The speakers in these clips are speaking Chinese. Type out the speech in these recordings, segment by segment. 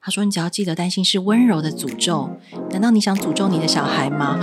他说你只要记得担心是温柔的诅咒，难道你想诅咒你的小孩吗？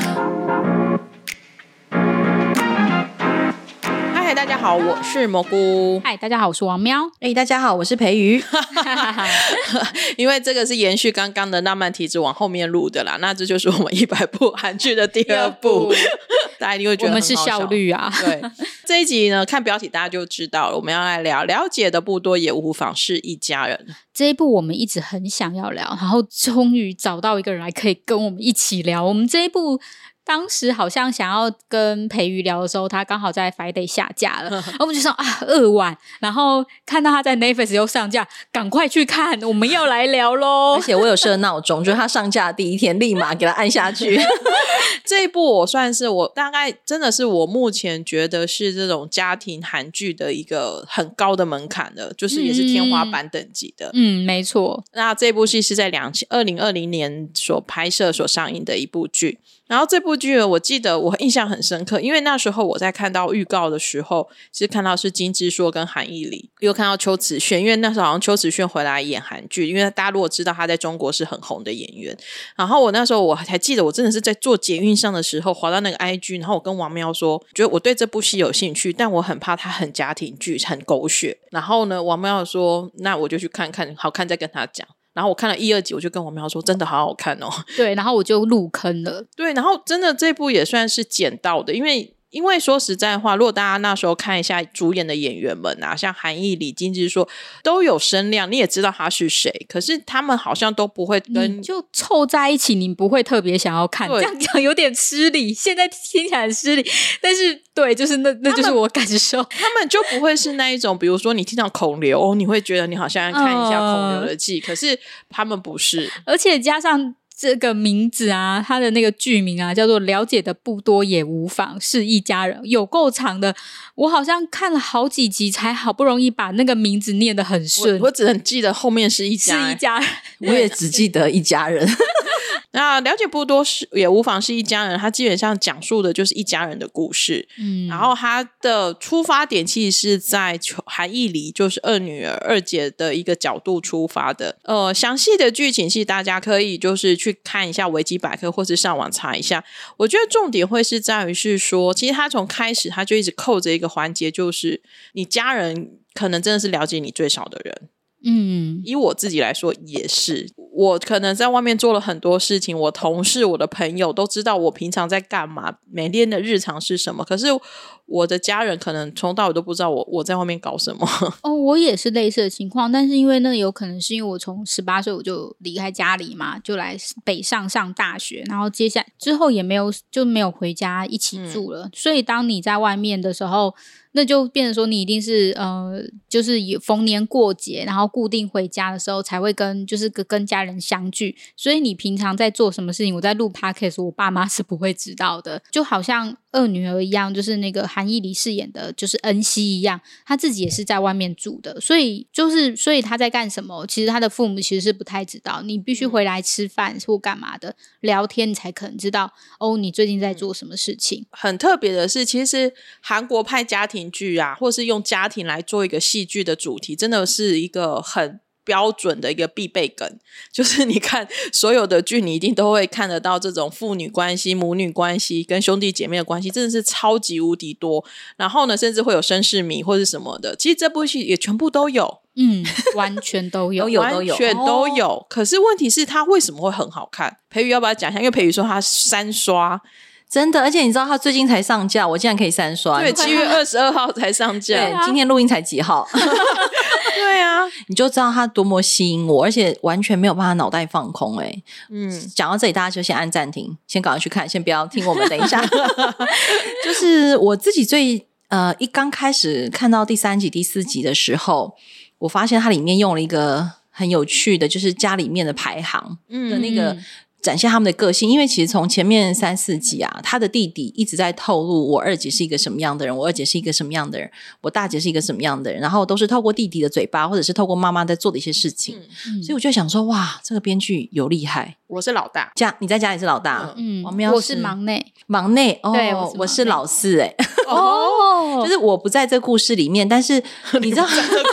嗨，大家好，我是蘑菇。 嗨，大家好，我是王喵。 大家好，我是培瑜。 因为这个是延续刚刚的浪漫体质往后面录的啦，那这就是我们100部韩剧的第2部。大家一定会觉得很好笑， 我们是效率啊。 对，这一集呢，看标题大家就知道了，我们要来聊了解的不多也无妨是一家人。 这一部我们一直很想要聊，然后终于找到一个人来可以跟我们一起聊。我们这一部当时好像想要跟培瑜聊的时候，他刚好在 Friday 下架了，然后我们就说2晚，然后看到他在 Netflix 又上架，赶快去看，我们要来聊咯。 而且我有设闹钟，就是他上架的第一天立马给他按下去。 这一部我算是我大概真的是我目前觉得是这种家庭韩剧的一个很高的门槛的，就是也是天花板等级的。 没错。 那这部戏是在2020年所拍摄所上映的一部剧，然后这部剧我记得我印象很深刻，因为那时候我在看到预告的时候其实看到是金智硕跟韩艺梨，又看到邱慈炫，因为那时候好像邱慈炫回来演韩剧，因为大家如果知道他在中国是很红的演员。然后我那时候我还记得我真的是在做捷运上的时候滑到那个 IG， 然后我跟王喵说觉得我对这部戏有兴趣，但我很怕它很家庭剧很狗血。然后呢王喵说那我就去看看，好看再跟他讲。然后我看了1、2集，我就跟王喵说真的好好看哦。 对，然后我就入坑了。 对，然后真的这部也算是捡到的，因为说实在话，如果大家那时候看一下主演的演员们啊，像韩艺梨、金智硕都有声量，你也知道他是谁，可是他们好像都不会跟， 你就凑在一起，你不会特别想要看，这样讲有点失礼，现在听起来很失礼，但是对，就是那就是我感受， 他们就不会是那一种，比如说你听到孔刘，你会觉得你好像要看一下孔刘的剧，可是他们不是， 而且加上这个名字啊，他的那个剧名啊，叫做了解的不多也无妨是一家人，有够长的，我好像看了好几集才好不容易把那个名字念得很顺。 我只能记得后面是一家， 是一家人。 我也只记得一家人。 那了解不多也无妨是一家人，他基本上讲述的就是一家人的故事。然后他的出发点其实是在韩艺梨就是二女儿二姐的一个角度出发的。详细的剧情是大家可以就是去看一下维基百科或是上网查一下。我觉得重点会是在于是说，其实他从开始他就一直扣着一个环节，就是你家人可能真的是了解你最少的人。以我自己来说也是，我可能在外面做了很多事情，我同事我的朋友都知道我平常在干嘛，每天的日常是什么，可是我的家人可能从到尾都不知道我在外面搞什么。 我也是类似的情况，但是因为那有可能是因为我从18岁我就离开家里嘛，就来北上大学，然后接下来之后也没有回家一起住了，所以当你在外面的时候，那就变成说你一定是就是逢年过节然后固定回家的时候才会跟家人相聚，所以你平常在做什么事情，我在录 podcast 我爸妈是不会知道的。就好像二女儿一样，就是那个韩艺梨饰演的就是恩熙一样，她自己也是在外面住的，所以她在干什么，其实她的父母其实是不太知道，你必须回来吃饭或干嘛的聊天，你才可能知道你最近在做什么事情。 很特别的是，其实韩国拍家庭剧啊，或是用家庭来做一个戏剧的主题，真的是一个很标准的一个必备梗，就是你看所有的剧你一定都会看得到这种父女关系、母女关系跟兄弟姐妹的关系，真的是超级无敌多。然后呢甚至会有绅士迷或是什么的，其实这部戏也全部都有。 完全都有完全都有可是问题是它为什么会很好看？培瑜要不要讲一下？因为培瑜说他3刷， 真的，而且你知道他最近才上架，我竟然可以3刷。 对，7月22号才上架。 对，今天录音才几号？ 对啊， 你就知道他多么吸引我，而且完全没有办法脑袋放空。讲到这里大家就先按暂停，先赶快去看，先不要听我们等一下。就是我自己一刚开始看到第3集第4集的时候，我发现它里面用了一个很有趣的，就是家里面的排行的那个展现他们的个性。因为其实从前面3、4集啊，他的弟弟一直在透露我二姐是一个什么样的人，我二姐是一个什么样的人，我大姐是一个什么样的人，然后都是透过弟弟的嘴巴或者是透过妈妈在做的一些事情。所以我就想说，哇，这个编剧有厉害。 我是老大， 你在家里是老大，王喵我是忙内。 对，我是老四。就是我不在这故事里面，但是你知道在这故事里面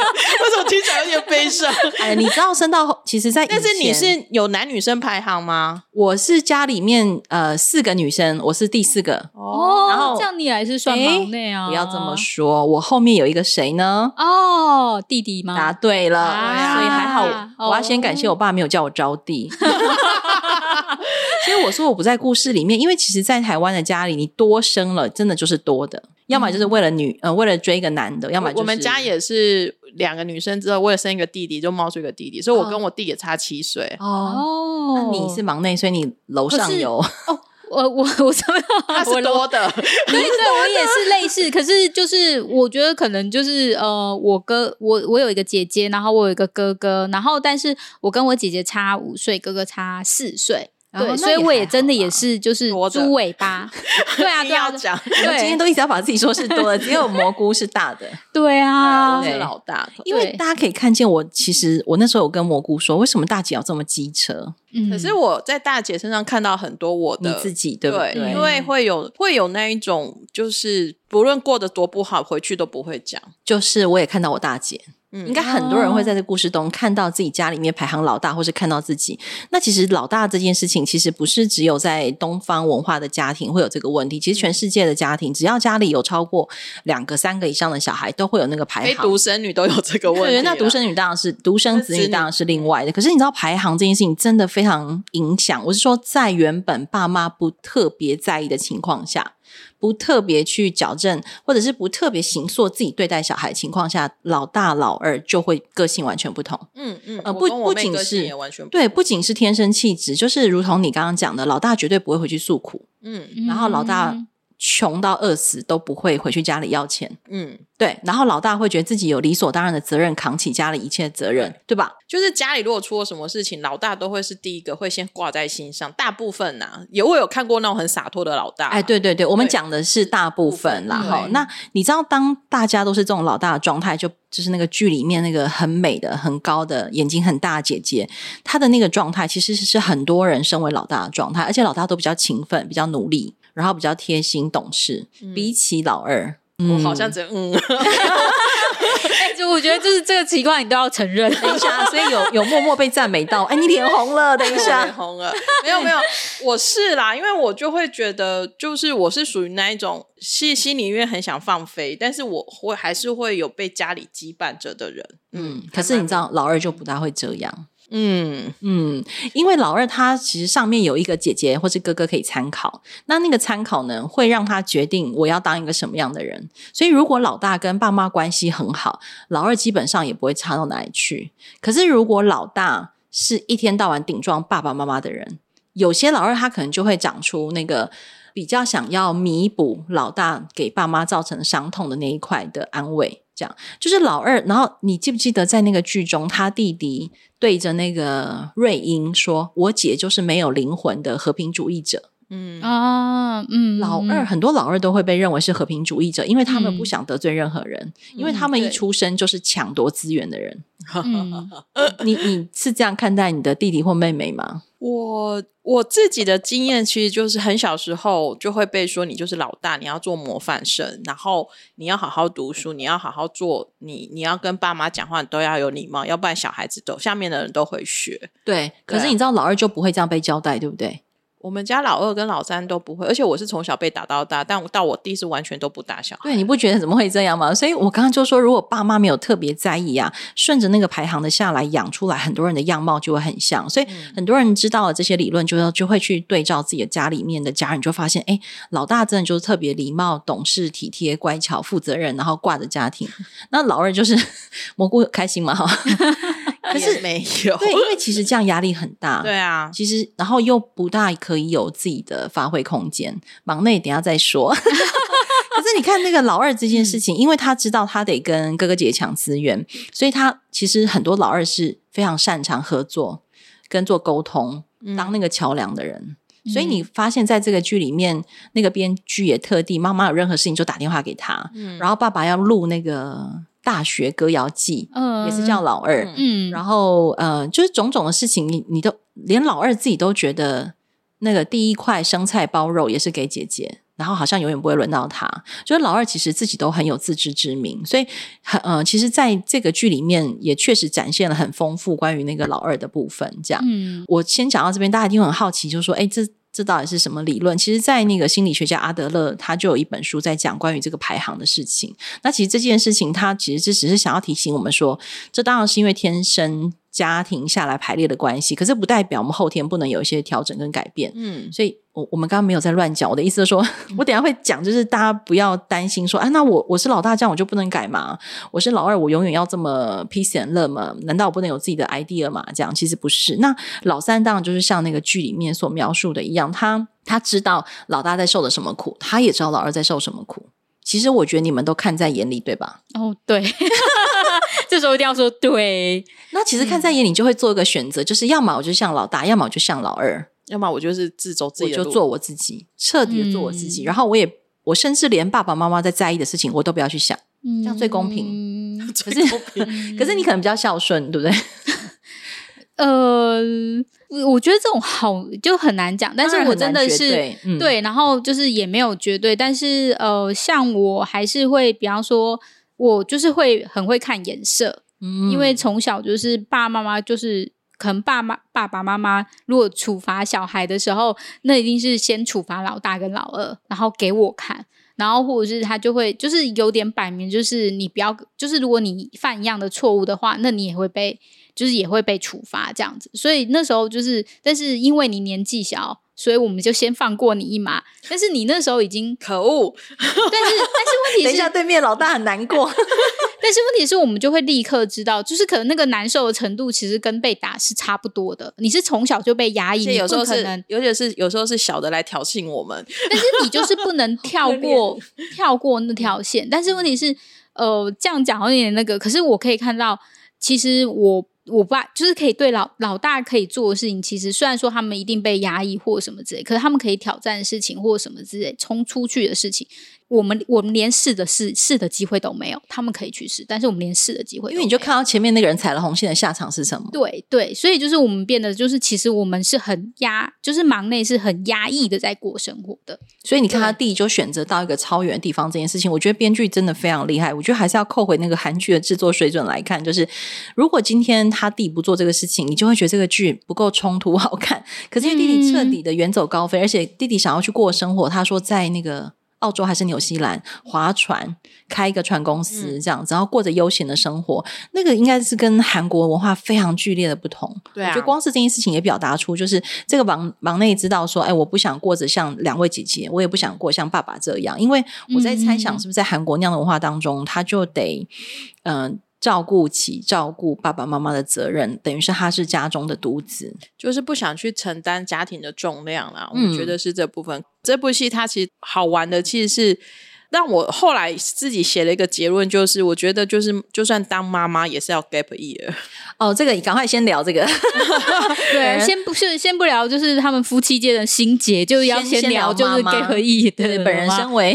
为什么听起来有点悲伤？ 哎，你知道生到其实在以前， 但是你是有男女生排行吗？ 我是家里面4个女生，我是第4个。 哦， 然后这样你还是算忙内啊。 不要这么说，我后面有一个谁呢？ 哦，弟弟吗？ 答对了，所以还好我要先感谢我爸没有叫我招弟。所以我说我不在故事里面，因为其实在台湾的家里你多生了真的就是多的，要么就是为了为了追一个男的，要么就是我们家也是2个女生之后为了生一个弟弟就冒出一个弟弟，所以我跟我弟也差7岁。 哦，那你是忙内，所以你楼上有我什么？ 他是多的， 对，我也是类似。可是就是我觉得可能就是我有一个姐姐，然后我有一个哥哥，然后但是我跟我姐姐差5岁，哥哥差4岁。对，所以我也真的也是就是猪尾巴。对啊，对啊， 讲我们今天都一直要把自己说是多的，只有蘑菇是大的。 对啊， 我是老大。 因为大家可以看见其实我那时候有跟蘑菇说，为什么大姐要这么机车？ 可是我在大姐身上看到很多我的你自己，对不对？ 因为会有那一种，就是不论过得多不好，回去都不会讲。 就是我也看到我大姐。应该很多人会在这故事中看到自己家里面排行老大，或是看到自己。那其实老大这件事情，其实不是只有在东方文化的家庭会有这个问题，其实全世界的家庭，只要家里有超过2个、3个以上的小孩，都会有那个排行。 非独生女都有这个问题。 对，那独生女当然是独生子女当然是另外的。可是你知道排行这件事情真的非常影响。我是说，在原本爸妈不特别在意的情况下，不特别去矫正，或者是不特别形塑自己对待小孩的情况下，老大老二就会个性完全不同。不仅是也完全不对，不仅是天生气质，就是如同你刚刚讲的，老大绝对不会回去诉苦，然后老大穷到饿死都不会回去家里要钱，对，然后老大会觉得自己有理所当然的责任扛起家里一切的责任，对吧？ 就是家里如果出了什么事情，老大都会是第一个会先挂在心上，大部分啊，我有看过那种很洒脱的老大。 哎，对对对，我们讲的是大部分啦。齁，那你知道当大家都是这种老大的状态，就是那个剧里面那个很美的很高的眼睛很大的姐姐，她的那个状态其实是很多人身为老大的状态，而且老大都比较勤奋比较努力，然后比较贴心懂事，比起老二我好像只就我觉得就是这个情况你都要承认。 等一下，所以有默默被赞美到，哎，你脸红了，等一下脸红了。没有，我是啦，因为我就会觉得，就是我是属于那一种心里面很想放飞，但是我还是会有被家里羁绊着的人。 可是你知道老二就不大会这样。因为老二他其实上面有一个姐姐或是哥哥可以参考，那个参考呢会让他决定我要当一个什么样的人，所以如果老大跟爸妈关系很好，老二基本上也不会差到哪里去。可是如果老大是一天到晚顶撞爸爸妈妈的人，有些老二他可能就会长出那个比较想要弥补老大给爸妈造成伤痛的那一块的安慰，这样就是老二。然后你记不记得在那个剧中，他弟弟对着那个瑞英说，我姐就是没有灵魂的和平主义者。老二很多老二都会被认为是和平主义者，因为他们不想得罪任何人，因为他们一出生就是抢夺资源的人。你是这样看待你的弟弟或妹妹吗？ 我自己的经验其实就是很小时候就会被说你就是老大，你要做模范生，然后你要好好读书，你要好好做，你要跟爸妈讲话你都要有礼貌，要不然小孩子下面的人都会学。 对，可是你知道老二就不会这样被交代，对不对？ 我们家老二跟老三都不会，而且我是从小被打到大，但到我弟是完全都不打小孩。 对，你不觉得怎么会这样吗？所以我刚刚就说，如果爸妈没有特别在意啊，顺着那个排行的下来养出来，很多人的样貌就会很像。所以很多人知道了这些理论，就会去对照自己的家里面的家人，就发现哎，老大真的就是特别礼貌、懂事、体贴、乖巧、负责任，然后挂着家庭。那老二就是蘑菇开心吗？ 可是没有， 对，因为其实这样压力很大。 对啊， 其实然后又不大可以有自己的发挥空间。忙内等一下再说。可是你看那个老二这件事情，因为他知道他得跟哥哥姐姐抢资源，所以他其实很多老二是非常擅长合作跟做沟通，当那个桥梁的人。所以你发现在这个剧里面，那个编剧也特地妈妈有任何事情就打电话给他，然后爸爸要录那个大学歌谣季，也是叫老二，然后就是种种的事情，你都连老二自己都觉得那个第一块生菜包肉也是给姐姐， 然后好像永远不会轮到他，就是老二其实自己都很有自知之明，所以其实在这个剧里面也确实展现了很丰富关于那个老二的部分这样。我先讲到这边，大家一定很好奇，就是说这到底是什么理论？其实在那个心理学家阿德勒他就有一本书在讲关于这个排行的事情。那其实这件事情他其实只是想要提醒我们说，这当然是因为天生家庭下来排列的关系，可是不代表我们后天不能有一些调整跟改变。所以我们刚刚没有在乱讲，我的意思是说我等一下会讲，就是大家不要担心说那我是老大这样我就不能改吗？我是老二我永远要这么 peace and love 吗？难道我不能有自己的 idea 吗？这样其实不是。那老三当然就是像那个剧里面所描述的一样，他知道老大在受的什么苦，他也知道老二在受什么苦。其实我觉得你们都看在眼里，对吧？ 对这时候一定要说对。 那其实看在眼里就会做一个选择，就是要么我就像老大，要么我就像老二， 要么我就是自走自己的路， 我就做我自己，彻底的做我自己。然后我甚至连爸爸妈妈在在意的事情我都不要去想，这样最公平。 最公平。 可是你可能比较孝顺，对不对？ 我觉得这种好就很难讲，但是我真的是对，然后就是也没有绝对，但是像我还是会，比方说我就是很会看颜色，因为从小就是爸爸妈妈就是可能爸爸妈妈如果处罚小孩的时候，那一定是先处罚老大跟老二，然后给我看。然后或者是他就会就是有点摆明，就是你不要，就是如果你犯一样的错误的话，那你也会被处罚这样子。所以那时候就是，但是因为你年纪小，所以我们就先放过你一马。但是你那时候已经可恶， 但是问题是， 等一下对面老大很难过。 但是问题是我们就会立刻知道，就是可能那个难受的程度其实跟被打是差不多的。你是从小就被压抑， 有时候可能， 尤其是有时候是小的来挑衅我们， 但是你就是不能跳过那条线。但是问题是，这样讲有点那个，可是我可以看到，其实我爸就是可以对老大可以做的事情，其实虽然说他们一定被压抑或什么之类，可是他们可以挑战的事情或什么之类冲出去的事情，我们连试的机会都没有。他们可以去试，但是我们连试的机会都没有。 因为你就看到前面那个人踩了红线的下场是什么。 对，所以就是我们变得就是其实我们是很就是忙内是很压抑的在过生活的。 所以你看他弟就选择到一个超远的地方这件事情，我觉得编剧真的非常厉害。我觉得还是要扣回那个韩剧的制作水准来看，就是如果今天他弟不做这个事情，你就会觉得这个剧不够冲突好看。可是因为弟弟彻底的远走高飞，而且弟弟想要去过生活，他说在那个澳洲还是纽西兰划船，开一个船公司这样子，然后过着悠闲的生活，那个应该是跟韩国文化非常剧烈的不同。 对啊， 我觉得光是这件事情也表达出，就是这个忙内知道说，我不想过着像两位姐姐，我也不想过像爸爸这样，因为我在猜想是不是在韩国那样的文化当中，他就得照顾爸爸妈妈的责任，等于是他是家中的独子， 就是不想去承担家庭的重量啦。我觉得是这部分。这部戏它其实好玩的其实是让我后来自己写了一个结论，就是我觉得就算当妈妈也是要 gap year。 这个赶快先聊这个。 对，先不聊就是他们夫妻间的心结，就要先聊就是 gap year。对， 本人身为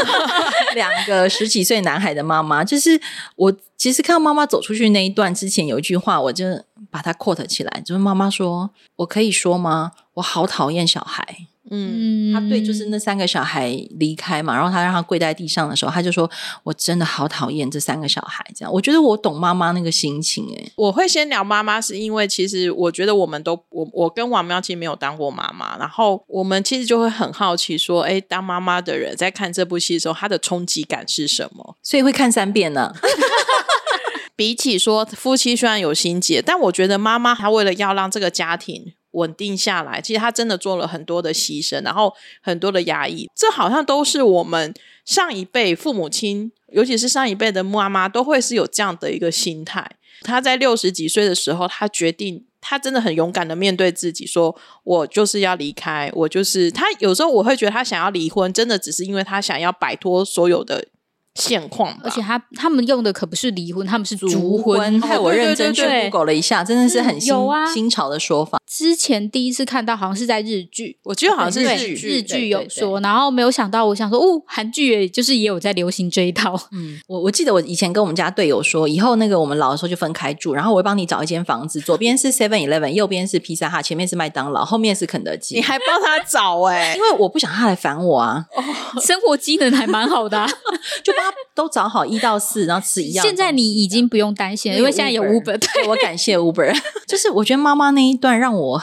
2个10几岁男孩的妈妈，就是我其实看到妈妈走出去那一段之前有一句话，我就把它 quote 起来，就是妈妈说，我可以说吗？我好讨厌小孩。他对就是那3个小孩离开嘛，然后他让他跪在地上的时候，他就说我真的好讨厌这3个小孩。这样我觉得我懂妈妈那个心情。 我会先聊妈妈是因为其实我觉得我跟王喵其实没有当过妈妈，然后我们其实就会很好奇说当妈妈的人在看这部戏的时候他的冲击感是什么， 所以会看3遍呢。 比起说夫妻虽然有心结，但我觉得妈妈她为了要让这个家庭稳定下来，其实她真的做了很多的牺牲，然后很多的压抑，这好像都是我们上一辈父母亲，尤其是上一辈的妈妈都会是有这样的一个心态。她在60几岁的时候，她决定她真的很勇敢的面对自己，说我就是要离开，我就是她有时候我会觉得她想要离婚真的只是因为她想要摆脱所有的现况吧。 而且他们用的可不是离婚，他们是族婚。 害我认真去 Google 了一下，真的是很新潮的说法。 之前第一次看到好像是在日剧， 我记得好像是日剧有说，然后没有想到，我想说韩剧就是也有在流行这一套。 我记得我以前跟我们家队友说，以后那个我们老的时候就分开住，然后我会帮你找一间房子，左边是 7-Eleven， 右边是披萨哈，前面是麦当劳，后面是肯德基。 你还帮他找因为我不想他来烦我啊。 生活机能还蛮好的就帮他都找好1到4，然后吃一样。 现在你已经不用担心了，因为现在有 Uber。 对，我感谢 Uber。 就是我觉得妈妈那一段让我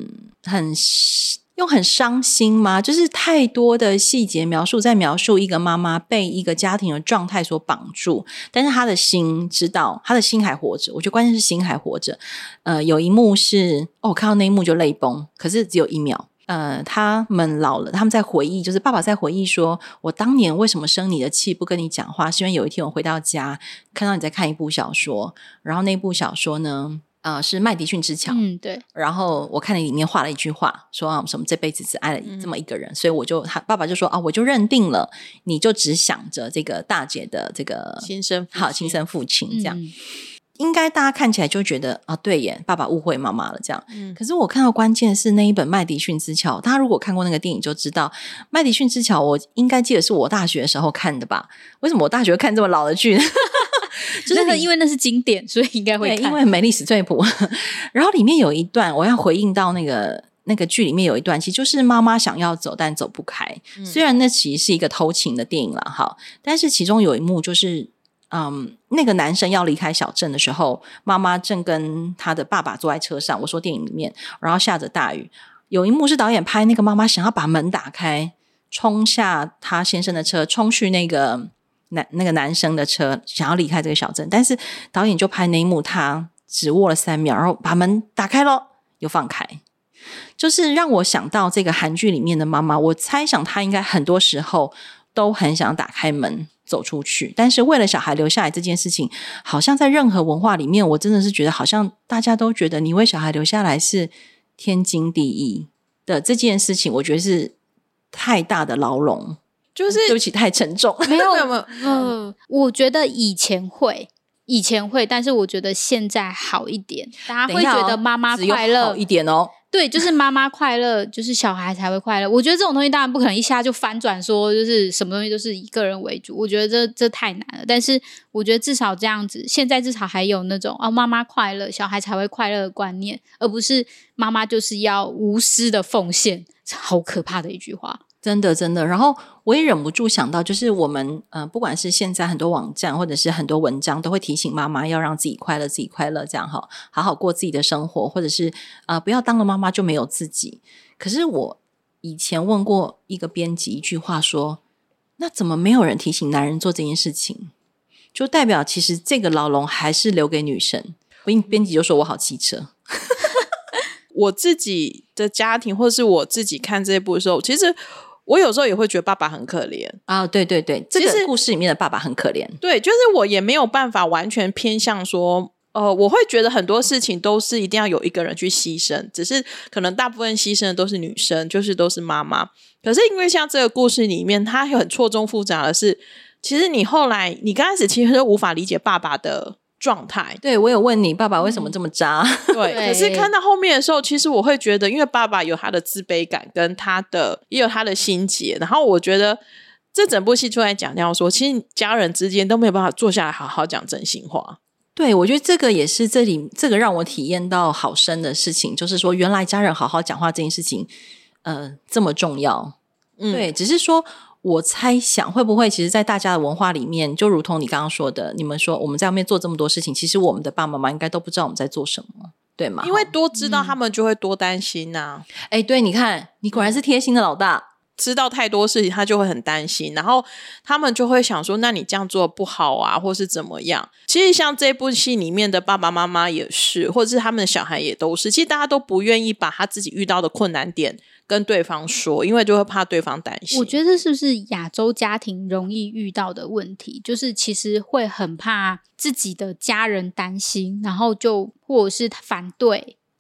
用很伤心吗？就是太多的细节在描述一个妈妈被一个家庭的状态所绑住，但是她的心知道，她的心还活着。我觉得关键是心还活着。有一幕是我看到那一幕就泪崩，可是只有1秒。他们老了，他们在回忆，就是爸爸在回忆说，我当年为什么生你的气不跟你讲话，是因为有一天我回到家看到你在看一部小说，然后那部小说呢是麦迪逊之桥。 对。 然后我看了里面画了一句话，说什么这辈子只爱了这么一个人，所以爸爸就说我就认定了，你就只想着这个大姐的这个亲生父亲这样。应该大家看起来就觉得对耶，爸爸误会妈妈了这样。可是我看到关键是那一本麦迪逊之桥，大家如果看过那个电影就知道，麦迪逊之桥我应该记得是我大学的时候看的吧。为什么我大学看这么老的剧？ 就是因为那是经典，所以应该会看。 对，因为梅丽史翠普。然后里面有一段我要回应到那个剧里面有一段，其实就是妈妈想要走但走不开。虽然那其实是一个偷情的电影啦，但是其中有一幕就是那个男生要离开小镇的时候，妈妈正跟他的爸爸坐在车上，我说电影里面，然后下着大雨，有一幕是导演拍那个妈妈想要把门打开，冲下他先生的车，冲去那个男生的车，想要离开这个小镇，但是导演就拍那一幕，他只握了3秒，然后把门打开了又放开。就是让我想到这个韩剧里面的妈妈，我猜想她应该很多时候都很想打开门走出去，但是为了小孩留下来这件事情，好像在任何文化里面，我真的是觉得好像大家都觉得你为小孩留下来是天经地义的这件事情，我觉得是太大的牢笼，就是对不起太沉重。 没有我觉得以前会，但是我觉得现在好一点，大家会觉得妈妈快乐好一点对，就是妈妈快乐，就是小孩才会快乐。我觉得这种东西当然不可能一下就翻转说就是什么东西都是以个人为主，我觉得这太难了。但是我觉得至少这样子，现在至少还有那种妈妈快乐小孩才会快乐的观念，而不是妈妈就是要无私的奉献，好可怕的一句话。 真的。然后我也忍不住想到，就是我们不管是现在很多网站或者是很多文章都会提醒妈妈要让自己快乐这样好好过自己的生活，或者是不要当了妈妈就没有自己。可是我以前问过一个编辑一句话说，那怎么没有人提醒男人做这件事情，就代表其实这个牢笼还是留给女生。编辑就说我好机车。 我自己的家庭或是我自己看这部的时候，其实我有时候也会觉得爸爸很可怜对，这个故事里面的爸爸很可怜。对， 就是我也没有办法完全偏向说我会觉得很多事情都是一定要有一个人去牺牲，只是可能大部分牺牲的都是女生，就是都是妈妈。可是因为像这个故事里面它很错综复杂的是，其实你后来你刚开始其实都无法理解爸爸的状态。 对，我有问你爸爸为什么这么渣。 对，可是看到后面的时候，其实我会觉得因为爸爸有他的自卑感跟也有他的心结，然后我觉得这整部戏出来讲到说，其实家人之间都没有办法坐下来好好讲真心话。 对，我觉得这个也是这个让我体验到好深的事情，就是说原来家人好好讲话这件事情这么重要。对，只是说我猜想会不会其实在大家的文化里面，就如同你刚刚说的，你们说我们在外面做这么多事情，其实我们的爸爸妈妈应该都不知道我们在做什么，对吗？ 因为多知道他们就会多担心啊。 对，你看你果然是贴心的老大。 知道太多事情他就会很担心，然后他们就会想说那你这样做不好啊，或是怎么样。其实像这部戏里面的爸爸妈妈也是，或者是他们的小孩也都是，其实大家都不愿意把他自己遇到的困难点跟对方说，因为就会怕对方担心。 我觉得这是不是亚洲家庭容易遇到的问题，就是其实会很怕自己的家人担心，然后就或者是反对，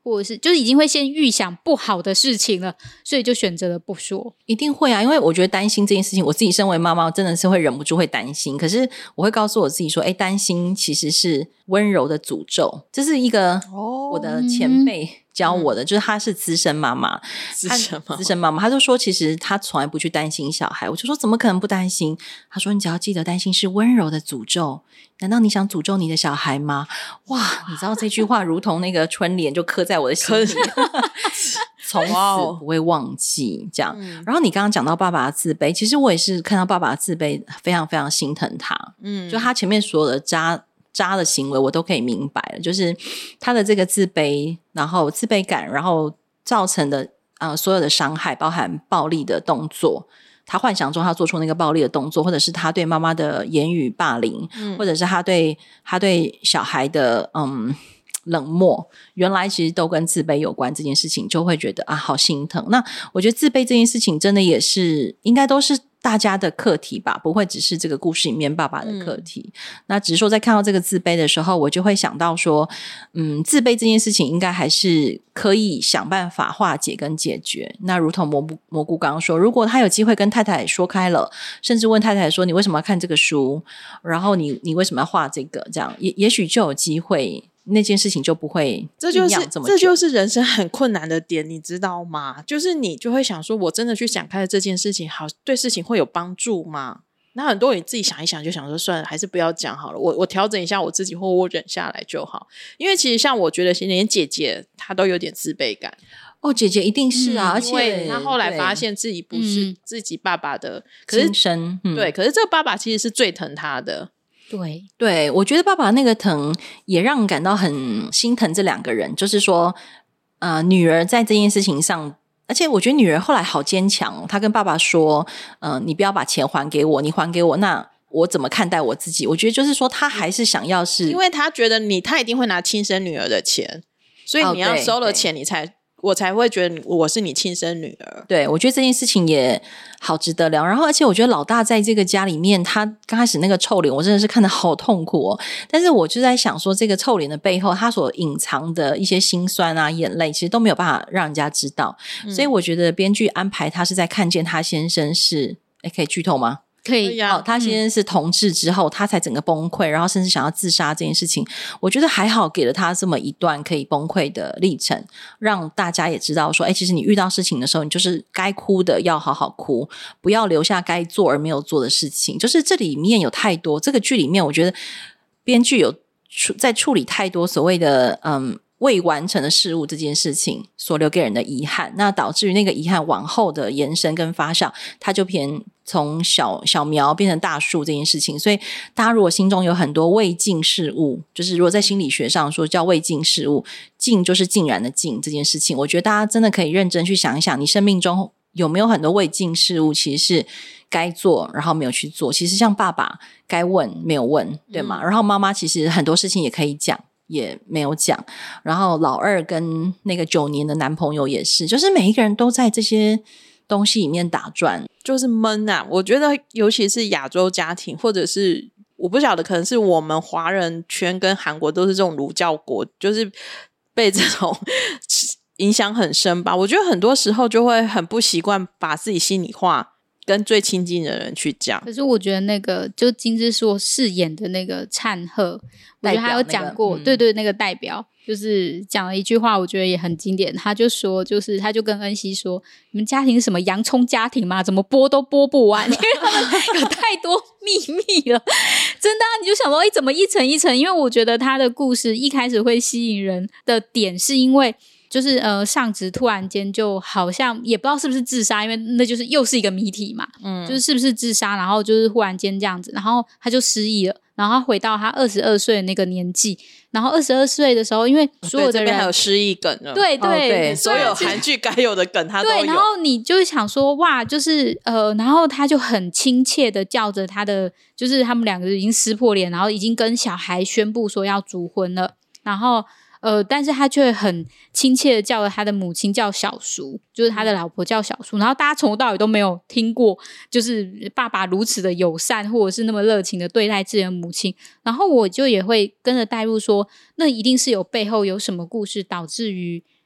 或者是就是已经会先预想不好的事情了，所以就选择了不说。 一定会啊，因为我觉得担心这件事情，我自己身为妈妈真的是会忍不住会担心，可是我会告诉我自己说担心其实是温柔的诅咒。这是一个我的前辈教我的，就是她是资深妈妈，资深妈妈，她就说其实她从来不去担心小孩。我就说怎么可能不担心？她说你只要记得担心是温柔的诅咒，难道你想诅咒你的小孩吗？哇，你知道这句话如同那个春联就刻在我的心里从此不会忘记这样。然后你刚刚讲到爸爸的自卑，其实我也是看到爸爸的自卑非常非常心疼他。就他前面所有的渣的行为我都可以明白了，就是他的这个自卑，然后自卑感，然后造成的所有的伤害，包含暴力的动作，他幻想中他做出那个暴力的动作，或者是他对妈妈的言语霸凌，或者是他对小孩的冷漠，原来其实都跟自卑有关，这件事情就会觉得好心疼。那我觉得自卑这件事情真的也是应该都是大家的课题吧，不会只是这个故事里面爸爸的课题。那只是说在看到这个自卑的时候，我就会想到说自卑这件事情应该还是可以想办法化解跟解决。那如同蘑菇刚刚说，如果他有机会跟太太说开了，甚至问太太说你为什么要看这个书，然后你为什么要画这个，这样也许就有机会，那件事情就不会这就是人生很困难的点，你知道吗？就是你就会想说我真的去想开了这件事情，好，对事情会有帮助吗？那很多人自己想一想就想说算了，还是不要讲好了，我调整一下我自己，或我忍下来就好。因为其实像我觉得连姐姐她都有点自卑感。 姐姐一定是啊，而且她后来发现自己不是自己爸爸的亲生， 对，可是这个爸爸其实是最疼她的。 对，我觉得爸爸那个疼也让人感到很心疼这两个人，就是说女儿在这件事情上，而且我觉得女儿后来好坚强，她跟爸爸说你不要把钱还给我，你还给我那我怎么看待我自己。我觉得就是说她还是想要是， 因为她觉得她一定会拿亲生女儿的钱，所以你要收了钱我才会觉得我是你亲生女儿。 对，我觉得这件事情也好值得聊。然后而且我觉得老大在这个家里面，他刚开始那个臭脸我真的是看得好痛苦哦。但是我就在想说，这个臭脸的背后他所隐藏的一些辛酸啊眼泪，其实都没有办法让人家知道。所以我觉得编剧安排他是在看见他先生是可以剧透吗？ 可以他先生是同志之后他才整个崩溃，然后甚至想要自杀这件事情，我觉得还好给了他这么一段可以崩溃的历程，让大家也知道说其实你遇到事情的时候，你就是该哭的要好好哭，不要留下该做而没有做的事情。就是这里面有太多，这个剧里面我觉得编剧有在处理太多所谓的未完成的事物这件事情所留给人的遗憾，那导致于那个遗憾往后的延伸跟发酵，它就从小苗变成大树这件事情。所以大家如果心中有很多未尽事物，就是如果在心理学上说叫未尽事物，尽就是尽然的尽这件事情，我觉得大家真的可以认真去想一想，你生命中有没有很多未尽事物其实是该做然后没有去做。其实像爸爸该问没有问，对吗？然后妈妈其实很多事情也可以讲也没有讲，然后老二跟那个9年的男朋友也是，就是每一个人都在这些东西里面打转， 就是闷啊。我觉得尤其是亚洲家庭，或者是我不晓得可能是我们华人圈跟韩国都是这种儒教国，就是被这种影响很深吧。我觉得很多时候就会很不习惯把自己心里话跟最亲近的人去讲。 可是我觉得那个就金智硕饰演的那个灿赫，我觉得他有讲过，对，那个代表就是讲了一句话，我觉得也很经典。他就说，就是他就跟恩熙说，你们家庭是什么洋葱家庭吗？怎么剥都剥不完，因为他们有太多秘密了。真的你就想说怎么一层一层。因为我觉得他的故事一开始会吸引人的点是因为就是上职突然间就好像也不知道是不是自杀，因为那就是又是一个谜题嘛，就是是不是自杀，然后就是忽然间这样子，然后他就失忆了，然后他回到他22岁的那个年纪，然后22岁的时候，因为所有的人这边还有失忆梗呢， 对， 所有韩剧该有的梗他都有。 对，然后你就会想说哇，就是然后他就很亲切的叫着他的，就是他们两个已经撕破脸，然后已经跟小孩宣布说要主婚了，然后但是他却很亲切的叫了他的母亲叫小叔，就是他的老婆叫小叔，然后大家从头到尾都没有听过就是爸爸如此的友善或者是那么热情的对待自己的母亲，然后我就也会跟着带入说那一定是有背后有什么故事导致于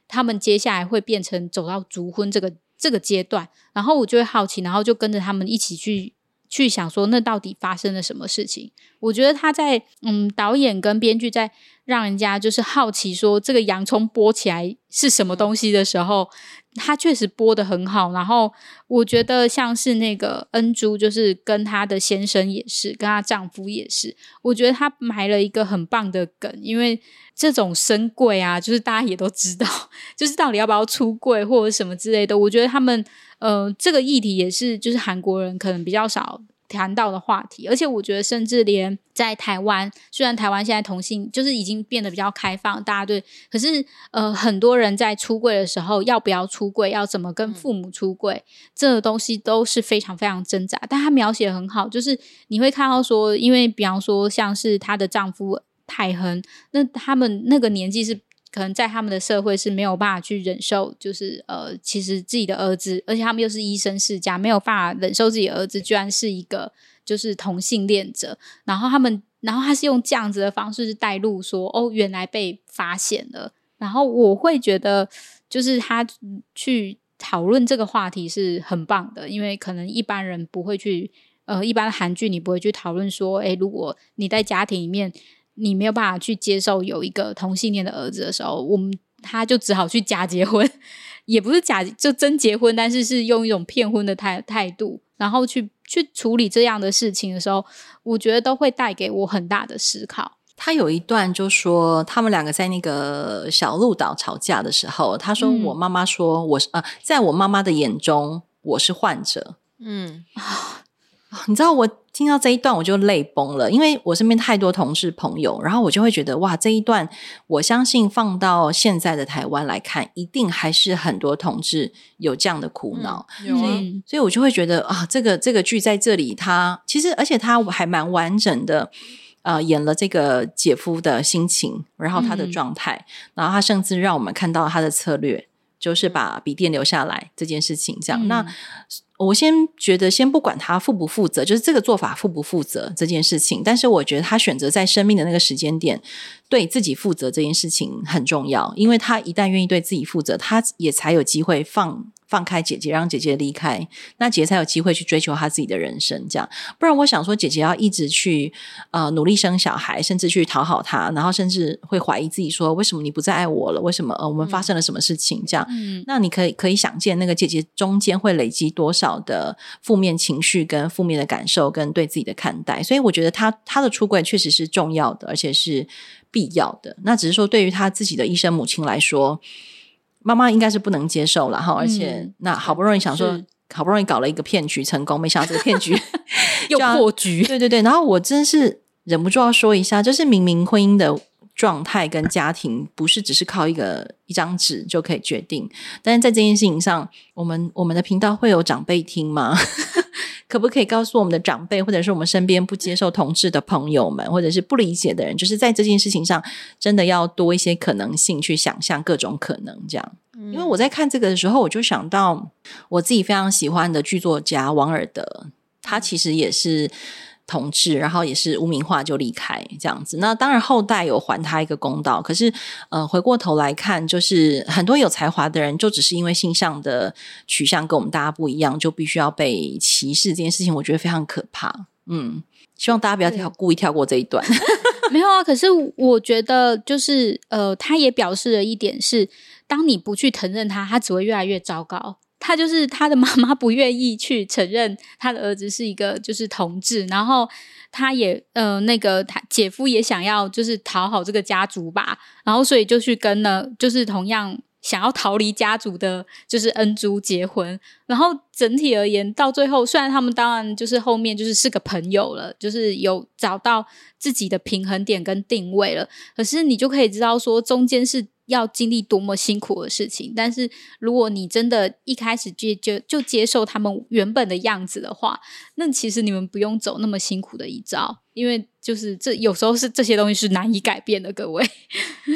他们接下来会变成走到卒婚这个阶段，然后我就会好奇，然后就跟着他们一起去想说那到底发生了什么事情。我觉得他在导演跟编剧在让人家就是好奇说这个洋葱剥起来是什么东西的时候，他确实剥得很好。然后我觉得像是那个恩珠，就是跟她的先生也是，跟她丈夫也是，我觉得他埋了一个很棒的梗。因为这种深柜啊，就是大家也都知道，就是到底要不要出柜或者什么之类的，我觉得他们这个议题也是就是韩国人可能比较少谈到的话题。而且我觉得甚至连在台湾，虽然台湾现在同性就是已经变得比较开放，大家对，可是很多人在出柜的时候要不要出柜，要怎么跟父母出柜，这个东西都是非常非常挣扎。但他描写得很好，就是你会看到说，因为比方说像是她的丈夫泰亨，那他们那个年纪是可能在他们的社会是没有办法去忍受，就是其实自己的儿子，而且他们又是医生世家，没有办法忍受自己的儿子居然是一个就是同性恋者。然后他是用这样子的方式带入说原来被发现了。然后我会觉得就是他去讨论这个话题是很棒的，因为可能一般人不会去一般的韩剧你不会去讨论说如果你在家庭里面你没有办法去接受有一个同性恋的儿子的时候，他就只好去假结婚，也不是假就真结婚，但是是用一种骗婚的态度，然后去处理这样的事情的时候，我觉得都会带给我很大的思考。 他有一段就说他们两个在那个小鹿岛吵架的时候，他说我妈妈说我在我妈妈的眼中我是患者。你知道我听到这一段我就泪崩了，因为我身边太多同事朋友，然后我就会觉得哇，这一段我相信放到现在的台湾来看，一定还是很多同志有这样的苦恼。所以我就会觉得这个剧在这里它其实而且它还蛮完整的演了这个姐夫的心情，然后他的状态，然后他甚至让我们看到他的策略，就是把笔电留下来这件事情这样。那我觉得先不管他负不负责，就是这个做法负不负责这件事情，但是我觉得他选择在生命的那个时间点对自己负责这件事情很重要，因为他一旦愿意对自己负责，他也才有机会放开姐姐，让姐姐离开，那姐姐才有机会去追求她自己的人生这样。不然我想说姐姐要一直去努力生小孩，甚至去讨好她，然后甚至会怀疑自己说为什么你不再爱我了，为什么我们发生了什么事情这样。那你可以想见那个姐姐中间会累积多少的负面情绪跟负面的感受跟对自己的看待。所以我觉得她的出柜确实是重要的，而且是必要的。那只是说对于她自己的医生母亲来说，妈妈应该是不能接受了哈，而且那好不容易想说好不容易搞了一个骗局成功，没想到这个骗局又破局。 对对对，然后我真是忍不住要说一下，就是明明婚姻的状态跟家庭不是只是靠一张纸就可以决定，但是在这件事情上我们的频道会有长辈听吗？可不可以告诉我们的长辈，或者是我们身边不接受同志的朋友们，或者是不理解的人，就是在这件事情上真的要多一些可能性去想象各种可能这样。因为我在看这个的时候我就想到我自己非常喜欢的剧作家王尔德，他其实也是同志，然后也是污名化就离开这样子。那当然后代有还他一个公道，可是回过头来看，就是很多有才华的人就只是因为性向的取向跟我们大家不一样，就必须要被歧视，这件事情我觉得非常可怕。希望大家不要故意跳过这一段。 没有啊，可是我觉得就是他也表示了一点是，当你不去承认他只会越来越糟糕。他就是他的妈妈不愿意去承认他的儿子是一个就是同志，然后他也那个他姐夫也想要就是讨好这个家族吧，然后所以就去跟了就是同样想要逃离家族的就是恩珠结婚。然后整体而言到最后，虽然他们当然就是后面是个朋友了，就是有找到自己的平衡点跟定位了，可是你就可以知道说中间是要经历多么辛苦的事情。但是如果你真的一开始就接受他们原本的样子的话，那其实你们不用走那么辛苦的一招，因为就是有时候是这些东西是难以改变的，各位。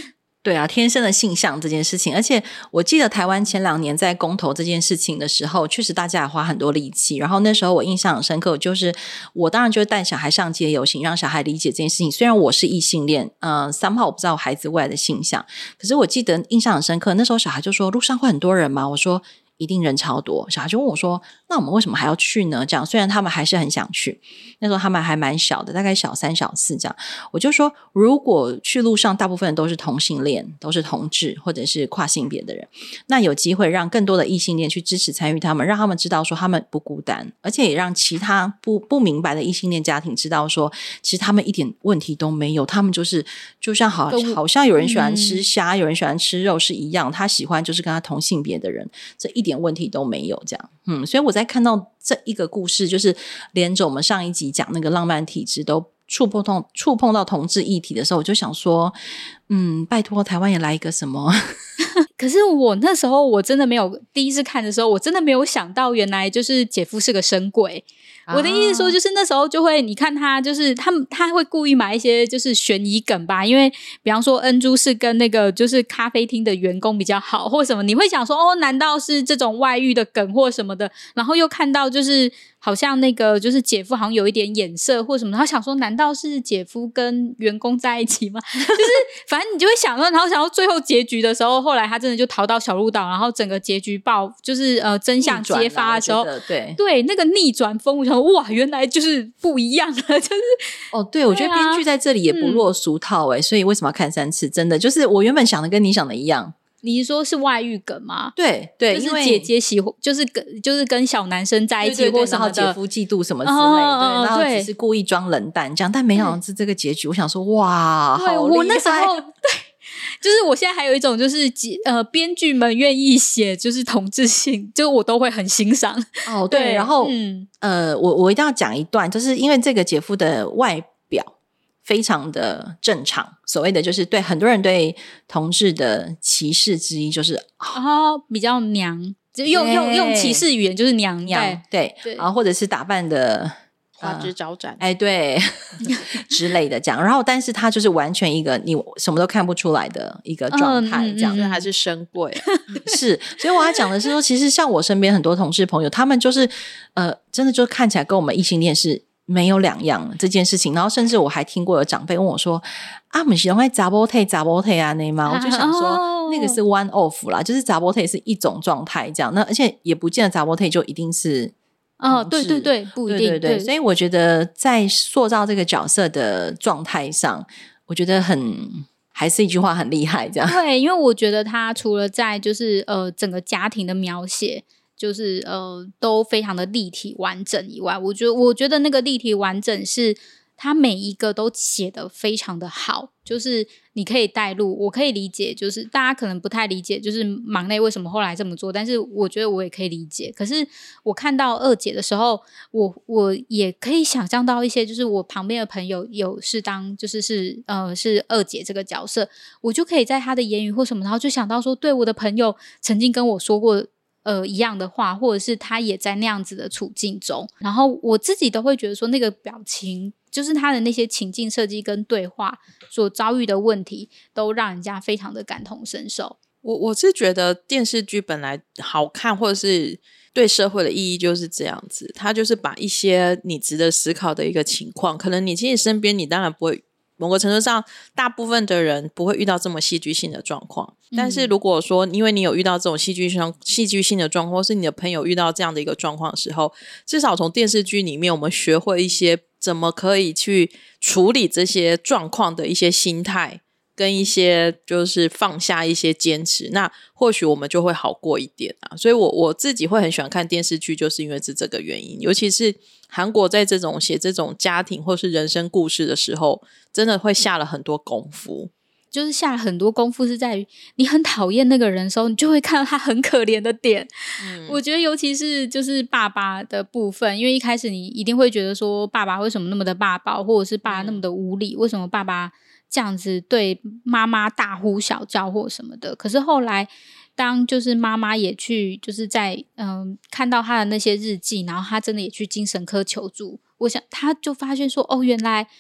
对啊，天生的性向这件事情，而且我记得台湾前2年在公投这件事情的时候，确实大家也花很多力气。然后那时候我印象很深刻，就是我当然就会带小孩上街游行，让小孩理解这件事情。虽然我是异性恋，somehow 我不知道我孩子未来的性向，可是我记得印象很深刻。那时候小孩就说：“路上会很多人吗？”我说：“一定人超多。”小孩就问我说：“那我们为什么还要去呢？”这样，虽然他们还是很想去，那时候他们还蛮小的，大概小3、小4这样。我就说，如果去路上大部分都是同性恋，都是同志或者是跨性别的人，那有机会让更多的异性恋去支持参与他们，让他们知道说他们不孤单，而且也让其他不明白的异性恋家庭知道说，其实他们一点问题都没有，他们就像好像有人喜欢吃虾，有人喜欢吃肉是一样，他喜欢就是跟他同性别的人，这一点问题都没有这样。所以我在看到这一个故事，就是连着我们上一集讲那个浪漫体质都触碰到同志议题的时候，我就想说拜托台湾也来一个什么可是我那时候我真的没有，第一次看的时候我真的没有想到原来就是姐夫是个深柜。我的意思说就是那时候就会你看他就是他会故意买一些就是悬疑梗吧，因为比方说恩珠是跟那个就是咖啡厅的员工比较好或什么，你会想说哦难道是这种外遇的梗或什么的，然后又看到就是好像那个就是姐夫好像有一点眼色或什么，他想说难道是姐夫跟员工在一起吗？就是反正你就会想说，然后想到最后结局的时候，后来他真的就逃到小鹿岛，然后整个结局就是真相揭发的时候，对那个逆转风，我想说哇原来就是不一样了，就是对，我觉得编剧在这里也不落俗套所以为什么要看3次？真的就是我原本想的跟你想的一样。 你是说是外遇梗吗？ 对， 就是姐姐喜欢就是跟小男生在一起或什么的， 然后姐夫嫉妒什么之类的，然后只是故意装冷淡这样，但没想到是这个结局。我想说哇好厉害。 我那时候对，就是我现在还有一种就是编剧们愿意写就是同志性，就我都会很欣赏。 对，然后我一定要讲一段，就是因为这个姐夫的外表非常的正常，所谓的就是对很多人对同志的歧视之一就是比较娘，就用歧视语言就是娘， 对，然后或者是打扮的花枝招展， 对之类的这样，然后但是他就是完全一个你什么都看不出来的一个状态这样， 所以还是深柜是，所以我要讲的是说，其实像我身边很多同志朋友，他们就是真的就看起来跟我们异性恋是没有两样这件事情，然后甚至我还听过有长辈问我说不是会查某体啊那吗？我就想说那个是 one off 啦，就是查某体是一种状态这样，那而且也不见得查某体就一定是对，不一定， 对，所以我觉得在塑造这个角色的状态上，我觉得还是一句话很厉害这样。 对，因为我觉得他除了在就是整个家庭的描写就是都非常的立体完整以外，我觉得那个立体完整是他每一个都写得非常的好，就是你可以带入，我可以理解，就是大家可能不太理解就是忙内为什么后来这么做，但是我觉得我也可以理解。可是我看到二姐的时候，我也可以想象到一些就是我旁边的朋友有是当就是是二姐这个角色，我就可以在她的言语或什么，然后就想到说对，我的朋友曾经跟我说过一样的话，或者是他也在那样子的处境中，然后我自己都会觉得说那个表情就是他的那些情境设计跟对话所遭遇的问题都让人家非常的感同身受。 我是觉得电视剧本来好看或者是对社会的意义就是这样子，它就是把一些你值得思考的一个情况，可能你其实身边你当然不会，某个程度上大部分的人不会遇到这么戏剧性的状况，但是如果说因为你有遇到这种戏剧性的状况，或是你的朋友遇到这样的一个状况的时候，至少从电视剧里面我们学会一些怎么可以去处理这些状况的一些心态跟一些就是放下一些坚持，那或许我们就会好过一点所以我自己会很喜欢看电视剧，就是因为是这个原因，尤其是韩国在这种写这种家庭或是人生故事的时候，真的会下了很多功夫， 就是下了很多功夫是在于你很讨厌那个人的时候，你就会看到他很可怜的点我觉得尤其是就是爸爸的部分，因为一开始你一定会觉得说爸爸为什么那么的霸道，或者是爸爸那么的无理为什么爸爸这样子对妈妈大呼小叫或什么的，可是后来当就是妈妈也去就是在看到他的那些日记，然后他真的也去精神科求助，我想他就发现说原来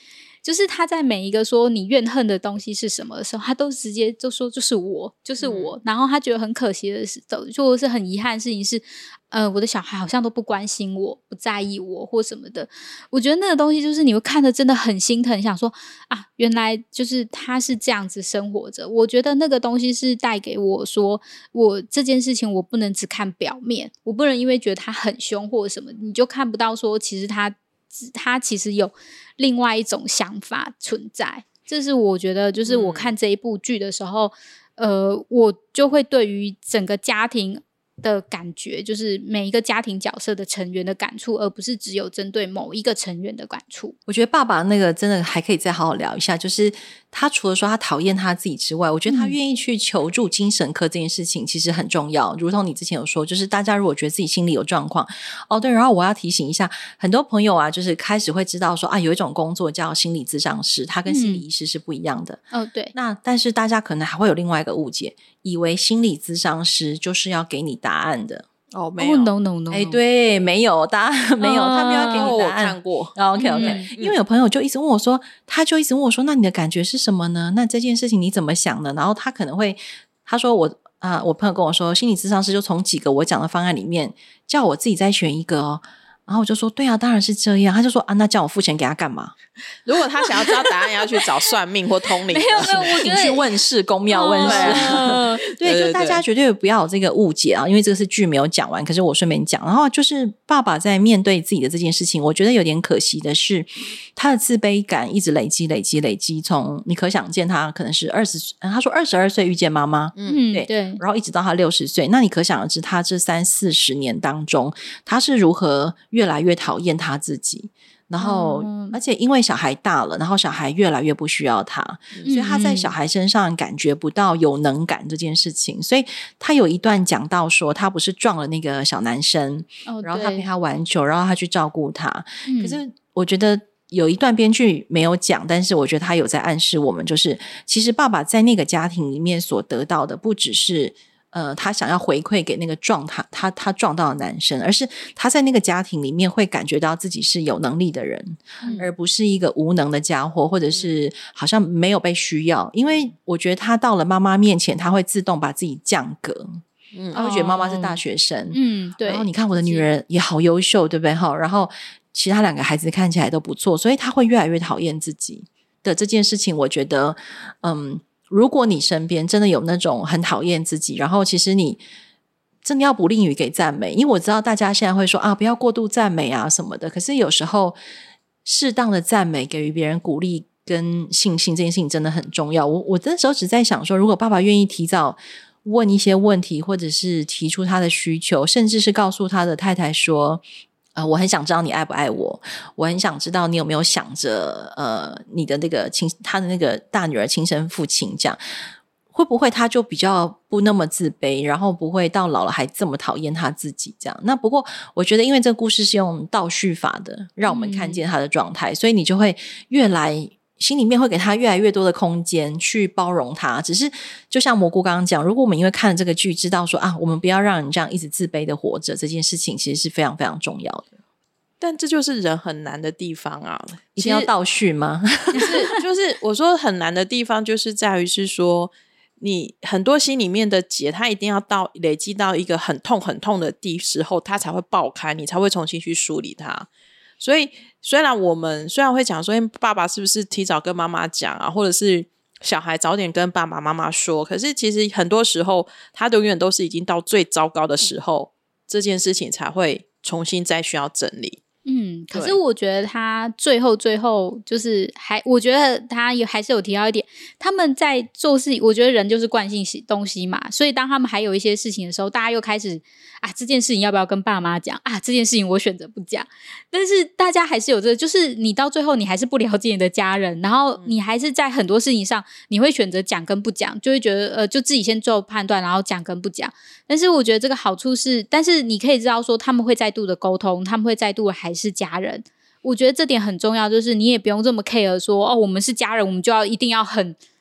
就是他在每一个说你怨恨的东西是什么的时候，他都直接就说就是我，然后他觉得很可惜的是，就是很遗憾的事情是我的小孩好像都不关心我，不在意我或什么的。我觉得那个东西就是你会看得真的很心疼，想说啊，原来就是他是这样子生活着。我觉得那个东西是带给我说，我这件事情我不能只看表面，我不能因为觉得他很凶或者什么，你就看不到说其实他其实有另外一种想法存在。这是我觉得就是我看这一部剧的时候，我就会对于整个家庭的感觉，就是每一个家庭角色的成员的感触，而不是只有针对某一个成员的感触。 我觉得爸爸那个真的还可以再好好聊一下，就是他除了说他讨厌他自己之外，我觉得他愿意去求助精神科这件事情其实很重要。如同你之前有说，就是大家如果觉得自己心里有状况，对，然后我要提醒一下很多朋友啊，就是开始会知道说有一种工作叫心理咨商师，他跟心理医师是不一样的。 对。 那但是大家可能还会有另外一个误解，以为心理咨商师就是要给你答案的。 没有 no， 对，没有答案，没有，他没有给你答案。 我看过。 OK， 因为有朋友就一直问我说，那你的感觉是什么呢？那这件事情你怎么想呢？然后他可能会，他说我朋友跟我说，心理咨商师就从几个我讲的方案里面叫我自己再选一个哦。然后我就说对啊，当然是这样。他就说那叫我付钱给他干嘛？ 如果他想要知道答案，要去找算命或通灵。 没有，我觉得去问世，公庙问世。对，就大家绝对不要有这个误解啊，因为这个是剧没有讲完，可是我顺便讲。然后就是爸爸在面对自己的这件事情，我觉得有点可惜的是，他的自卑感一直累积，从你可想见他可能是他说22岁遇见妈妈，对，然后一直到他60岁，那你可想而知，他这30-40年当中，他是如何越来越讨厌他自己。然后而且因为小孩大了，然后小孩越来越不需要他，所以他在小孩身上感觉不到有能感这件事情。所以他有一段讲到说，他不是撞了那个小男生，然后他陪他玩球，然后他去照顾他。可是我觉得有一段编剧没有讲，但是我觉得他有在暗示我们，就是其实爸爸在那个家庭里面所得到的不只是他想要回馈给那个他撞到的男生，而是他在那个家庭里面会感觉到自己是有能力的人，而不是一个无能的家伙，或者是好像没有被需要。因为我觉得他到了妈妈面前，他会自动把自己降格，他会觉得妈妈是大学生， 对。 然后你看我的女儿也好优秀，对不对？然后其他2个孩子看起来都不错，所以他会越来越讨厌自己的这件事情。我觉得如果你身边真的有那种很讨厌自己，然后其实你真的要不吝于给赞美，因为我知道大家现在会说不要过度赞美啊什么的，可是有时候适当的赞美，给予别人鼓励跟信心，这件事情真的很重要。我那时候只在想说，如果爸爸愿意提早问一些问题，或者是提出他的需求，甚至是告诉他的太太说我很想知道你爱不爱我，我很想知道你有没有想着你的那个他的那个大女儿亲生父亲，这样会不会他就比较不那么自卑，然后不会到老了还这么讨厌他自己这样。那不过我觉得因为这个故事是用倒叙法的，让我们看见他的状态，所以你就会心里面会给他越来越多的空间去包容他。只是就像蘑菇刚刚讲，如果我们因为看了这个剧知道说我们不要让人这样一直自卑的活着，这件事情其实是非常非常重要的。 但这就是人很难的地方啊！ 一定要倒叙吗？ 就是我说很难的地方就是在于是说，你很多心里面的结，它一定要累积到一个很痛很痛的时候，它才会爆开，你才会重新去梳理它。所以虽然会讲说爸爸是不是提早跟妈妈讲啊，或者是小孩早点跟爸爸妈妈说，可是其实很多时候他永远都是已经到最糟糕的时候，这件事情才会重新再需要整理。 可是我觉得他最后就是我觉得他还是有提到一点，他们在做事情，我觉得人就是惯性东西嘛，所以当他们还有一些事情的时候，大家又开始这件事情要不要跟爸妈讲这件事情我选择不讲。但是大家还是有就是你到最后你还是不了解你的家人，然后你还是在很多事情上你会选择讲跟不讲，就会觉得就自己先做判断，然后讲跟不讲。但是我觉得这个好处是，但是你可以知道说他们会再度的沟通，他们会再度的还是家人。我觉得这点很重要，就是你也不用这么 care 说我们是家人，我们就要一定要很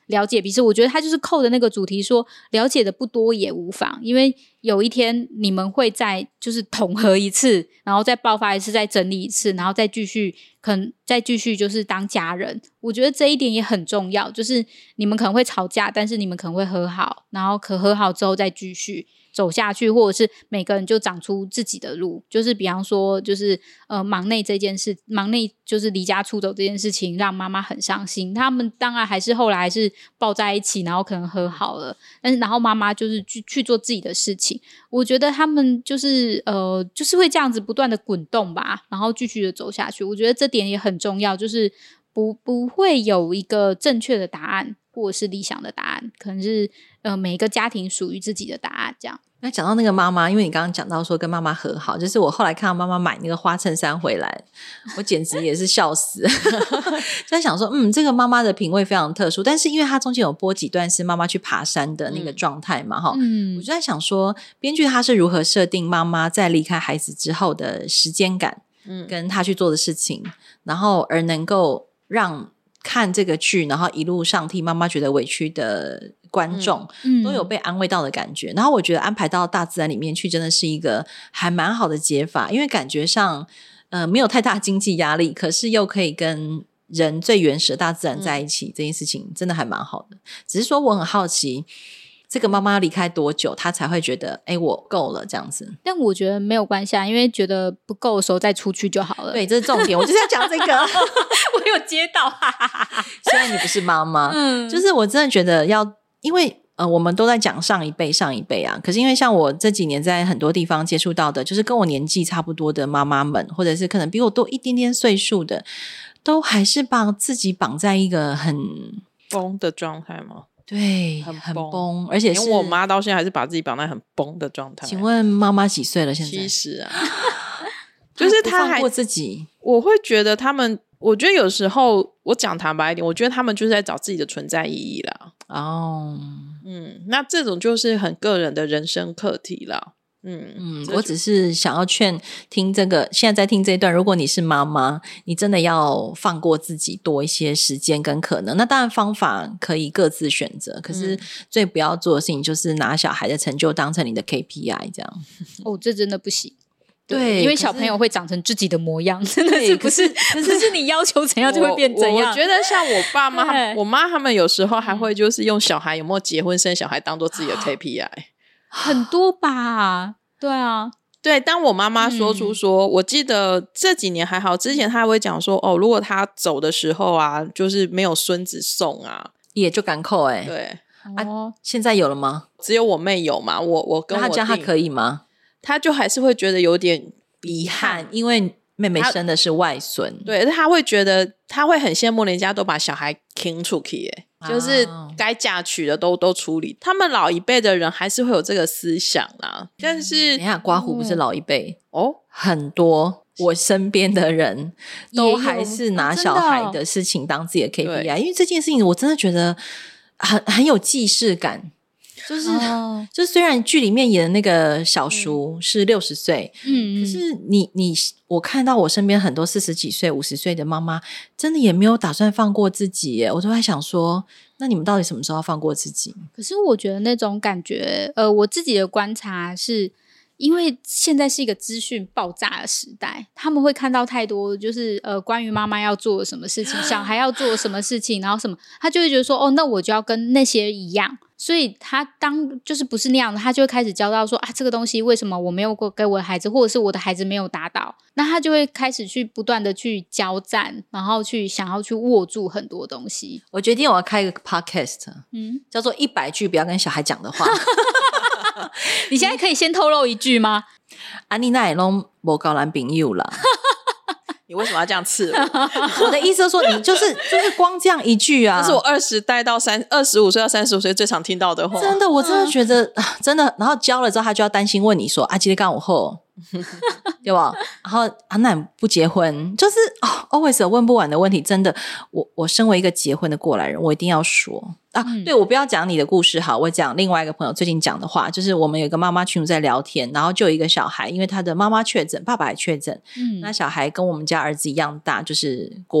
了解彼此。我觉得他就是扣的那个主题说了解的不多也无妨，因为有一天你们会再就是统合一次，然后再爆发一次，再整理一次，然后再继续可能再继续就是当家人。我觉得这一点也很重要，就是你们可能会吵架，但是你们可能会和好，然后和好之后再继续走下去，或者是每个人就长出自己的路。就是比方说就是忙内这件事，忙内就是离家出走这件事情让妈妈很伤心，他们当然还是后来还是抱在一起，然后可能和好了，但是然后妈妈就是去做自己的事情。我觉得他们就是就是会这样子不断的滚动吧，然后继续的走下去。我觉得这点也很重要，就是不会有一个正确的答案或者是理想的答案，可能是每个家庭属于自己的答案这样。 那讲到那个妈妈，因为你刚刚讲到说跟妈妈和好，就是我后来看到妈妈买那个花衬衫回来，我简直也是笑死就在想说这个妈妈的品味非常特殊，但是因为她中间有播几段是妈妈去爬山的那个状态嘛我就在想说编剧他是如何设定妈妈在离开孩子之后的时间感跟她去做的事情，然后而能够让看这个剧然后一路上替妈妈觉得委屈的观众都有被安慰到的感觉。然后我觉得安排到大自然里面去真的是一个还蛮好的解法，因为感觉上没有太大经济压力，可是又可以跟人最原始的大自然在一起，这件事情真的还蛮好的。只是说我很好奇这个妈妈离开多久她才会觉得我够了这样子。 但我觉得没有关系因为觉得不够的时候再出去就好了。 对，这是重点我就是要讲这个我有接到虽然你不是妈妈就是我真的觉得要，因为我们都在讲上一辈啊，可是因为像我这几年在很多地方接触到的就是跟我年纪差不多的妈妈们，或者是可能比我多一点点岁数的，都还是把自己绑在一个很崩的状态吗？ 对，很崩，而且是我妈到现在还是把自己绑在很崩的状态。 请问妈妈几岁了现在 ？70啊就是她还放过自己。 我会觉得他们，我觉得有时候我讲坦白一点，我觉得他们就是在找自己的存在意义啦。那这种就是很个人的人生课题啦。 我只是想要劝听这个现在在听这一段，如果你是妈妈，你真的要放过自己多一些时间跟可能。那当然方法可以各自选择，可是最不要做的事情就是拿小孩的成就当成你的 KPI 这样。 这真的不行。 对， 因为小朋友会长成自己的模样，真的是不是你要求怎样就会变怎样。 我觉得像我爸妈我妈他们有时候还会就是用小孩有没有结婚生小孩当做自己的 KPI 很多吧。对啊， 对，当我妈妈说出说我记得这几年还好，之前她还会讲说如果她走的时候啊就是没有孙子送啊也就赶扣对现在有了吗？ 只有我妹有嘛，我跟我弟， 那她这样她可以吗？ 她就还是会觉得有点遗憾，因为妹妹生的是外孙。 对，她会觉得她会很羡慕人家都把小孩请出去就是该嫁娶的都处理。他们老一辈的人还是会有这个思想啦，但是等一下刮胡不是老一辈很多我身边的人都还是拿小孩的事情当自己的 KPI，因为这件事情我真的觉得很有既视感。就是虽然剧里面演的那个小叔是60岁可是我看到我身边很多40几岁50岁的妈妈真的也没有打算放过自己耶。我都在想说那你们到底什么时候要放过自己？ 可是我觉得那种感觉我自己的观察是因为现在是一个资讯爆炸的时代，他们会看到太多就是关于妈妈要做什么事情小孩要做什么事情然后什么他就会觉得说那我就要跟那些一样，所以他当就是不是那样的，他就会开始教到说这个东西为什么我没有给我的孩子，或者是我的孩子没有达到，那他就会开始去不断的去交战，然后去想要去握住很多东西。 我决定我要开一个 podcast叫做100句不要跟小孩讲的话你现在可以先透露一句吗？ 你哪会都没交男朋友啦你为什么要这样刺我？ 我的意思是说你就是光这样一句啊， 这是我25岁到35岁最常听到的话。 真的我真的觉得真的，然后教了之后他就要担心问你说今天刚我后对吧？然后那你不结婚就是always 有问不完的问题。真的我身为一个结婚的过来人我一定要说对，我不要讲你的故事好，我讲另外一个朋友最近讲的话，就是我们有一个妈妈群组在聊天，然后就有一个小孩因为他的妈妈确诊爸爸也确诊那小孩跟我们家儿子一样大，就是国2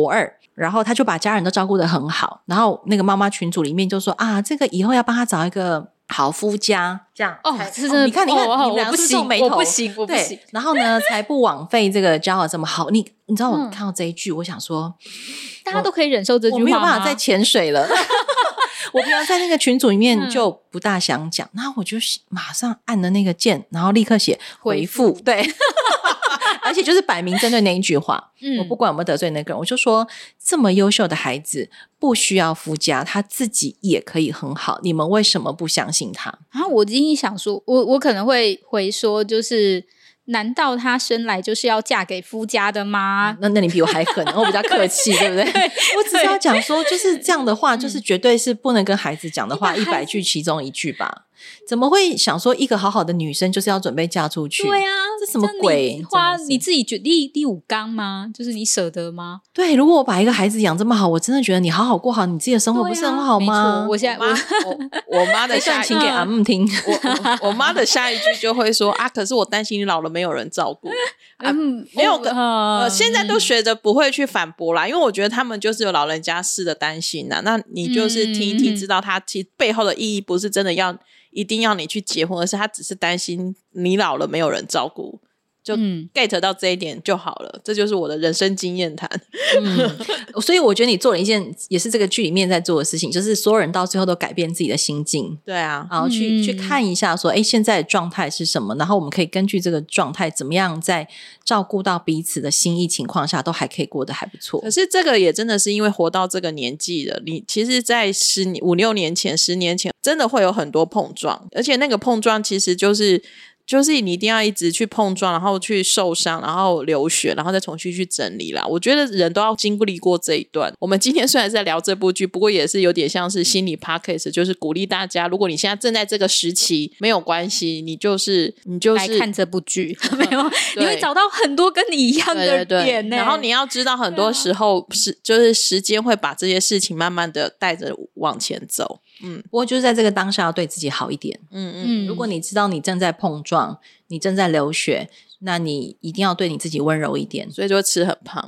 然后他就把家人都照顾得很好，然后那个妈妈群组里面就说啊，这个以后要帮他找一个好夫家，这样这真的你看你们我俩不行， 是皱眉头， 我不行，我不行。 然后呢，才不枉费这个交往这么好。你知道我看到这一句，我想说， 大家都可以忍受这句话吗？ 我没有办法再潜水了。我平常在那个群组里面就不大想讲，然后我就马上按了那个键，然后立刻写回复，对。而且就是摆明针对那一句话，我不管有没有得罪那个人，我就说这么优秀的孩子不需要夫家，他自己也可以很好，你们为什么不相信他？ 然后我今天想说，我可能会回说，就是难道她生来就是要嫁给夫家的吗？ 那你比我还狠，我比较客气，对不对？我只是要讲说，就是这样的话，就是绝对是不能跟孩子讲的话，100句其中1句吧。怎么会想说一个好好的女生就是要准备嫁出去？ 对啊， 这什么鬼？ 花你自己第五缸吗？就是你舍得吗？ 对，如果我把一个孩子养这么好，我真的觉得你好好过好你自己的生活，不是很好吗？ 我现在我妈的下一句请给阿姆听， 我妈的下一句就会说啊，可是我担心你老了没有人照顾。没有现在都学着不会去反驳啦，因为我觉得他们就是有老人家式的担心啦。那你就是听一听，知道他其实背后的意义不是真的一定要你去结婚，而是他只是担心你老了没有人照顾，就 get 到这一点就好了。这就是我的人生经验谈。 所以我觉得你做了一件也是这个剧里面在做的事情，就是所有人到最后都改变自己的心境。 对啊， 然后去看一下说现在的状态是什么，然后我们可以根据这个状态怎么样在照顾到彼此的心意情况下都还可以过得还不错。 可是这个也真的是因为活到这个年纪了，你其实在5、6年前10年前真的会有很多碰撞，而且那个碰撞其实就是你一定要一直去碰撞，然后去受伤，然后流血，然后再重新去整理啦。我觉得人都要经历过这一段。我们今天虽然是在聊这部剧，不过也是有点像是心理 podcast， 就是鼓励大家，如果你现在正在这个时期，没有关系，你就是来看这部剧，没有，你会找到很多跟你一样的点呢。 然后你要知道，很多时候就是时间会把这些事情慢慢的带着往前走。 不过就是在这个当下要对自己好一点。如果你知道你正在碰撞，你正在流血，那你一定要对你自己温柔一点， 所以就会吃很胖。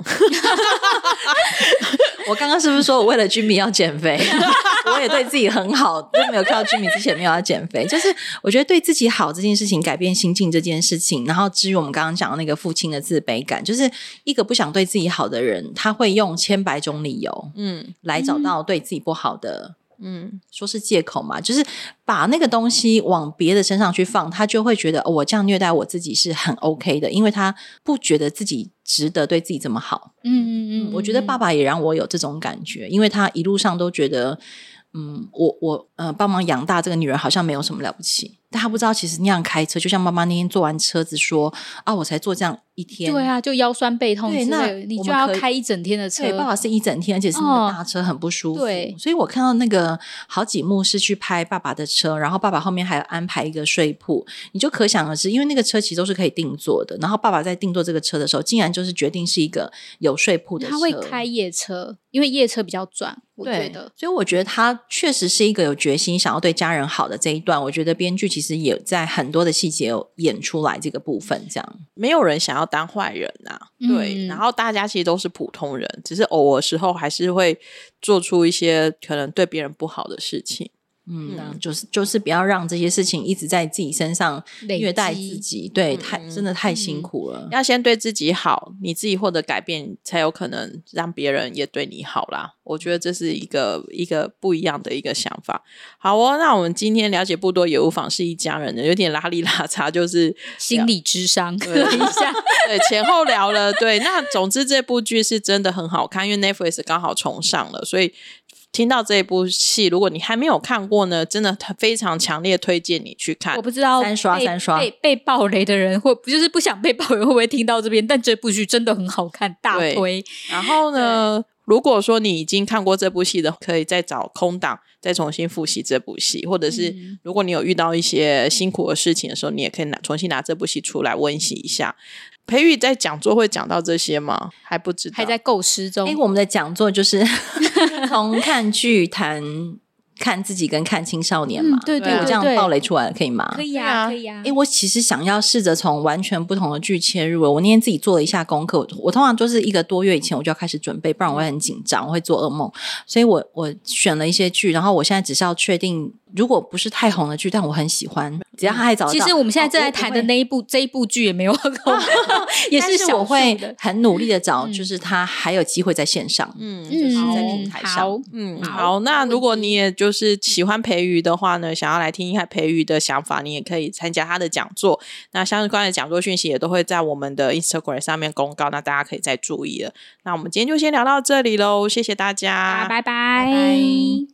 我刚刚是不是说我为了Jimmy要减肥？我也对自己很好，就没有看到Jimmy之前没有要减肥。就是我觉得对自己好这件事情，改变心境这件事情，然后至于我们刚刚讲的那个父亲的自卑感，就是一个不想对自己好的人，他会用千百种理由来找到对自己不好的说是借口嘛，就是把那个东西往别的身上去放，他就会觉得我这样虐待我自己是很 OK 的，因为他不觉得自己值得对自己这么好。我觉得爸爸也让我有这种感觉，因为他一路上都觉得我帮忙养大这个女人好像没有什么了不起，但他不知道其实那样开车，就像妈妈那天坐完车子说我才坐这样一天， 对啊，就腰酸背痛之类的，那你就要开一整天的车。 对，爸爸是一整天，而且是那个大车，很不舒服。对，所以我看到那个好几幕是去拍爸爸的车，然后爸爸后面还安排一个睡铺，你就可想而知，因为那个车其实都是可以定做的，然后爸爸在定做这个车的时候，竟然就是决定是一个有睡铺的车。 他会开夜车，因为夜车比较赚，我觉得。 所以我觉得他确实是一个有决心想要对家人好的这一段，我觉得编剧其实也在很多的细节有演出来这个部分。这样没有人想要当坏人啊，对，然后大家其实都是普通人，只是偶尔时候还是会做出一些可能对别人不好的事情。就是不要让这些事情一直在自己身上虐待自己，对，真的太辛苦了。 要先对自己好，你自己获得改变，才有可能让别人也对你好啦。我觉得这是一个不一样的一个想法。好那我们今天了解不多也无妨是一家人的，有点拉里拉杂，就是心理智商对一下，对，前后聊了。对，那总之这部剧是真的很好看，因为 Netflix 刚好重上了，所以听到这一部戏，如果你还没有看过呢，真的非常强烈推荐你去看。 我不知道三刷被爆雷的人就是不想被爆雷会不会听到这边，但这部剧真的很好看，大推。 然后呢，如果说你已经看过这部戏的，可以再找空档再重新复习这部戏，或者是如果你有遇到一些辛苦的事情的时候，你也可以重新拿这部戏出来温习一下。培育在讲座会讲到这些吗？还不知道， 还在构思中。 我们的讲座就是从看剧看自己跟看青少年嘛。 对对对， 我这样爆雷出来了可以吗？ 可以啊，可以啊。 我其实想要试着从完全不同的剧切入。我那天自己做了一下功课，我通常就是1个多月以前我就要开始准备，不然我会很紧张，我会做噩梦。所以我选了一些剧，然后我现在只是要确定，如果不是太红的剧，但我很喜欢，只要他还找得到。 其实我们现在正在谈的这一部剧也没有很红，也是小我会很努力的找，就是他还有机会在线上，就是在平台上。 好，那如果你也就是喜欢培瑜的话呢，想要来听一下培瑜的想法，你也可以参加他的讲座。那相关的讲座讯息也都会在我们的 Instagram 上面公告，那大家可以再注意了。那我们今天就先聊到这里咯，谢谢大家， 拜拜。